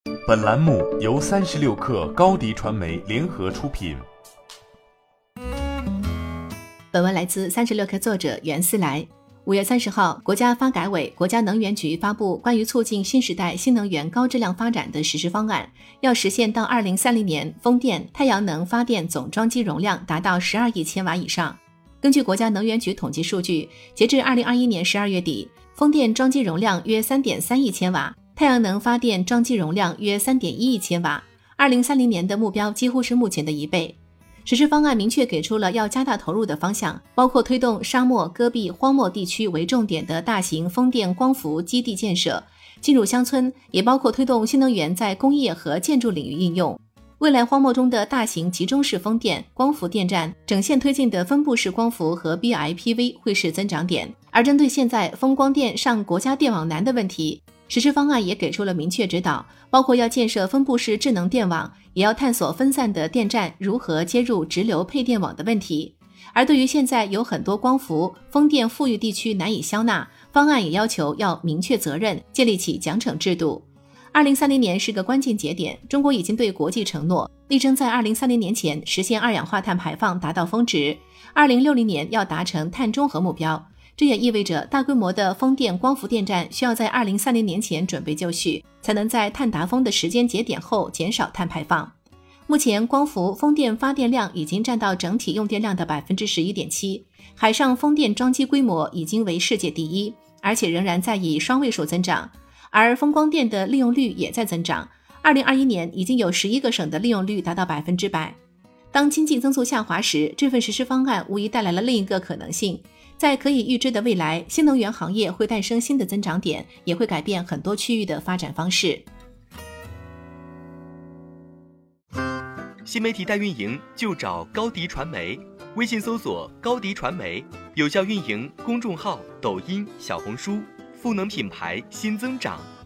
本栏目由36氪高迪传媒联合出品。 本文来自36氪作者袁思来。5月30号，国家发改委、国家能源局发布关于促进新时代新能源高质量发展的实施方案，要实现到2030年风电、太阳能发电总装机容量达到12亿千瓦以上。根据国家能源局统计数据，截至2021年12月底，风电装机容量约 3.3 亿千瓦，太阳能发电装机容量约 3.1 亿千瓦。2030年的目标几乎是目前的1倍。实施方案明确给出了要加大投入的方向，包括推动沙漠、戈壁、荒漠地区为重点的大型风电光伏基地建设，进入乡村，也包括推动新能源在工业和建筑领域应用。未来荒漠中的大型集中式风电、光伏电站，整线推进的分布式光伏和 BIPV 会是增长点。而针对现在风光电上国家电网难的问题，实施方案也给出了明确指导，包括要建设分布式智能电网，也要探索分散的电站如何接入直流配电网的问题。而对于现在有很多光伏、风电富裕地区难以消纳，方案也要求要明确责任，建立起奖惩制度。2030年是个关键节点，中国已经对国际承诺，力争在2030年前实现二氧化碳排放达到峰值，2060年要达成碳中和目标。这也意味着大规模的风电光伏电站需要在2030年前准备就绪，才能在碳达峰的时间节点后减少碳排放。目前光伏风电发电量已经占到整体用电量的 11.7%， 海上风电装机规模已经为世界第一，而且仍然在以双位数增长。而风光电的利用率也在增长，2021年已经有11个省的利用率达到 100%。 当经济增速下滑时，这份实施方案无疑带来了另一个可能性，在可以预知的未来，新能源行业会诞生新的增长点，也会改变很多区域的发展方式。 新媒体代运营就找高迪传媒，微信搜索高迪传媒，有效运营公众号、抖音、小红书，赋能品牌新增长。